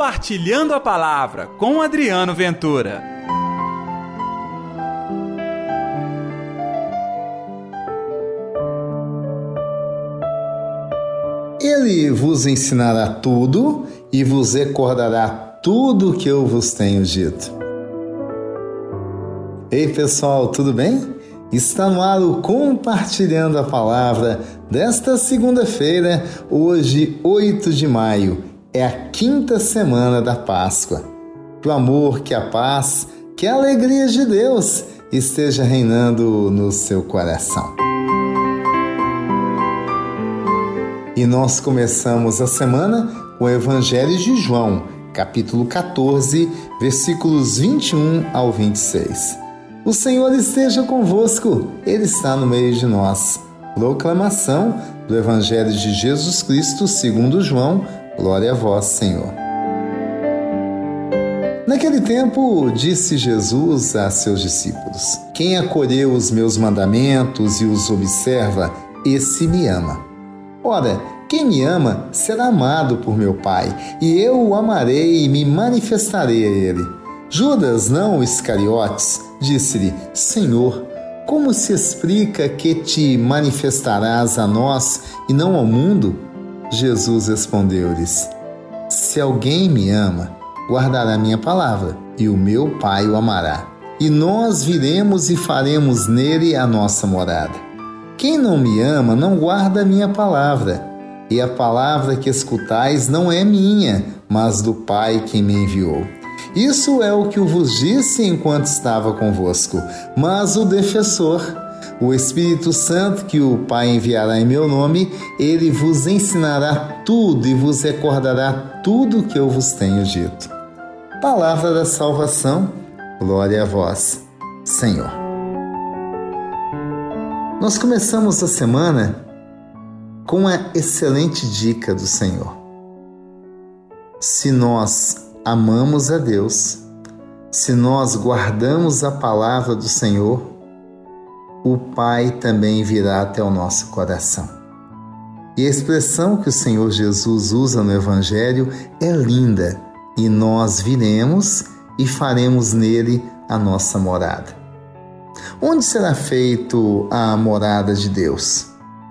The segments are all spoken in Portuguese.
Compartilhando a Palavra com Adriano Ventura. Ele vos ensinará tudo e vos recordará tudo o que eu vos tenho dito. Ei pessoal, tudo bem? Está no ar o Compartilhando a Palavra desta segunda-feira, hoje 8 de maio. É a quinta semana da Páscoa. Que o amor, que a paz, que a alegria de Deus esteja reinando no seu coração. E nós começamos a semana com o Evangelho de João, capítulo 14, versículos 21 ao 26. O Senhor esteja convosco, Ele está no meio de nós. Proclamação do Evangelho de Jesus Cristo segundo João. Glória a vós, Senhor. Naquele tempo, disse Jesus a seus discípulos: quem acolheu os meus mandamentos e os observa, esse me ama. Ora, quem me ama será amado por meu Pai, e eu o amarei e me manifestarei a ele. Judas, não Iscariotes, disse-lhe: Senhor, como se explica que te manifestarás a nós e não ao mundo? Jesus respondeu-lhes: se alguém me ama, guardará minha palavra, e o meu Pai o amará. E nós viremos e faremos nele a nossa morada. Quem não me ama não guarda a minha palavra, e a palavra que escutais não é minha, mas do Pai que me enviou. Isso é o que eu vos disse enquanto estava convosco, mas o defensor, o Espírito Santo que o Pai enviará em meu nome, ele vos ensinará tudo e vos recordará tudo o que eu vos tenho dito. Palavra da salvação, glória a vós, Senhor. Nós começamos a semana com uma excelente dica do Senhor. Se nós amamos a Deus, se nós guardamos a palavra do Senhor, o Pai também virá até o nosso coração. E a expressão que o Senhor Jesus usa no Evangelho é linda, e nós viremos e faremos nele a nossa morada. Onde será feito a morada de Deus?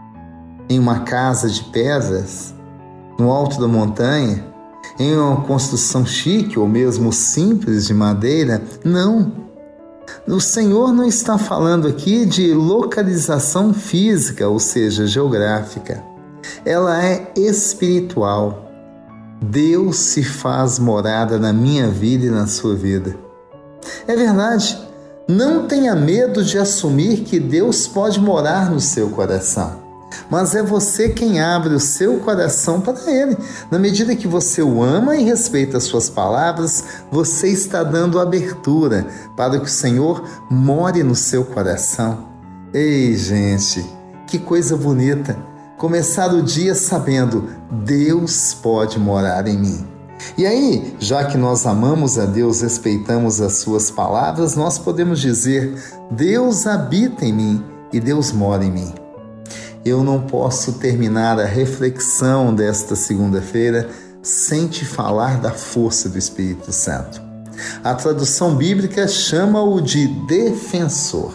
Em uma casa de pedras? No alto da montanha? Em uma construção chique ou mesmo simples de madeira? Não. O Senhor não está falando aqui de localização física, ou seja, geográfica. Ela é espiritual. Deus se faz morada na minha vida e na sua vida. É verdade. Não tenha medo de assumir que Deus pode morar no seu coração. Mas é você quem abre o seu coração para Ele. Na medida que você o ama e respeita as suas palavras, você está dando abertura para que o Senhor more no seu coração. Ei, gente, que coisa bonita! Começar o dia sabendo, Deus pode morar em mim. E aí, já que nós amamos a Deus, respeitamos as suas palavras, nós podemos dizer, Deus habita em mim e Deus mora em mim. Eu não posso terminar a reflexão desta segunda-feira sem te falar da força do Espírito Santo. A tradução bíblica chama-o de defensor.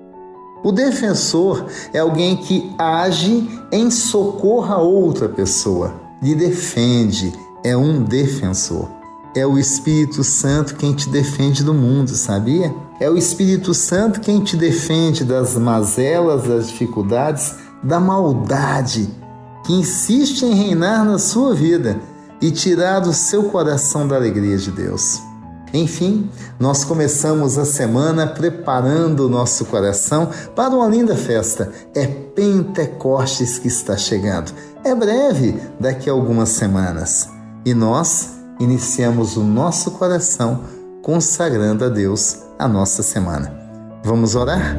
O defensor é alguém que age em socorro a outra pessoa, lhe defende, é um defensor. É o Espírito Santo quem te defende do mundo, sabia? É o Espírito Santo quem te defende das mazelas, das dificuldades, da maldade que insiste em reinar na sua vida e tirar do seu coração da alegria de Deus. Enfim, nós começamos a semana preparando o nosso coração para uma linda festa. É Pentecostes que está chegando. É breve, daqui a algumas semanas. E nós iniciamos o nosso coração consagrando a Deus a nossa semana. Vamos orar?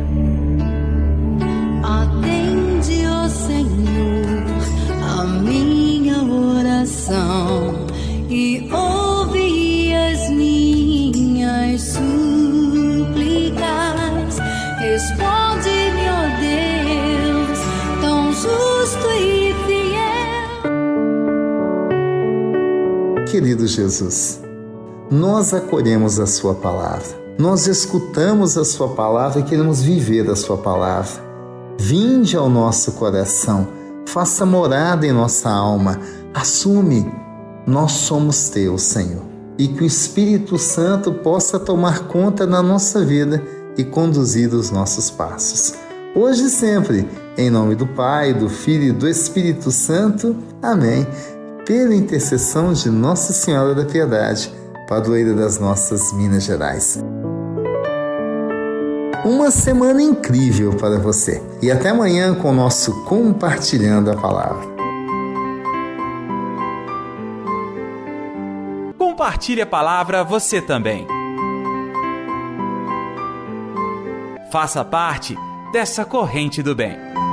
E ouvi as minhas súplicas. Responde-me, ó Deus, tão justo e fiel. Querido Jesus, nós acolhemos a sua palavra, nós escutamos a sua palavra e queremos viver a sua palavra. Vinde ao nosso coração, faça morada em nossa alma, assume, nós somos teus, Senhor, e que o Espírito Santo possa tomar conta da nossa vida e conduzir os nossos passos. Hoje e sempre, em nome do Pai, do Filho e do Espírito Santo. Amém. Pela intercessão de Nossa Senhora da Piedade, padroeira das nossas Minas Gerais. Uma semana incrível para você. E até amanhã com o nosso Compartilhando a Palavra. Compartilhe a palavra você também. Faça parte dessa corrente do bem.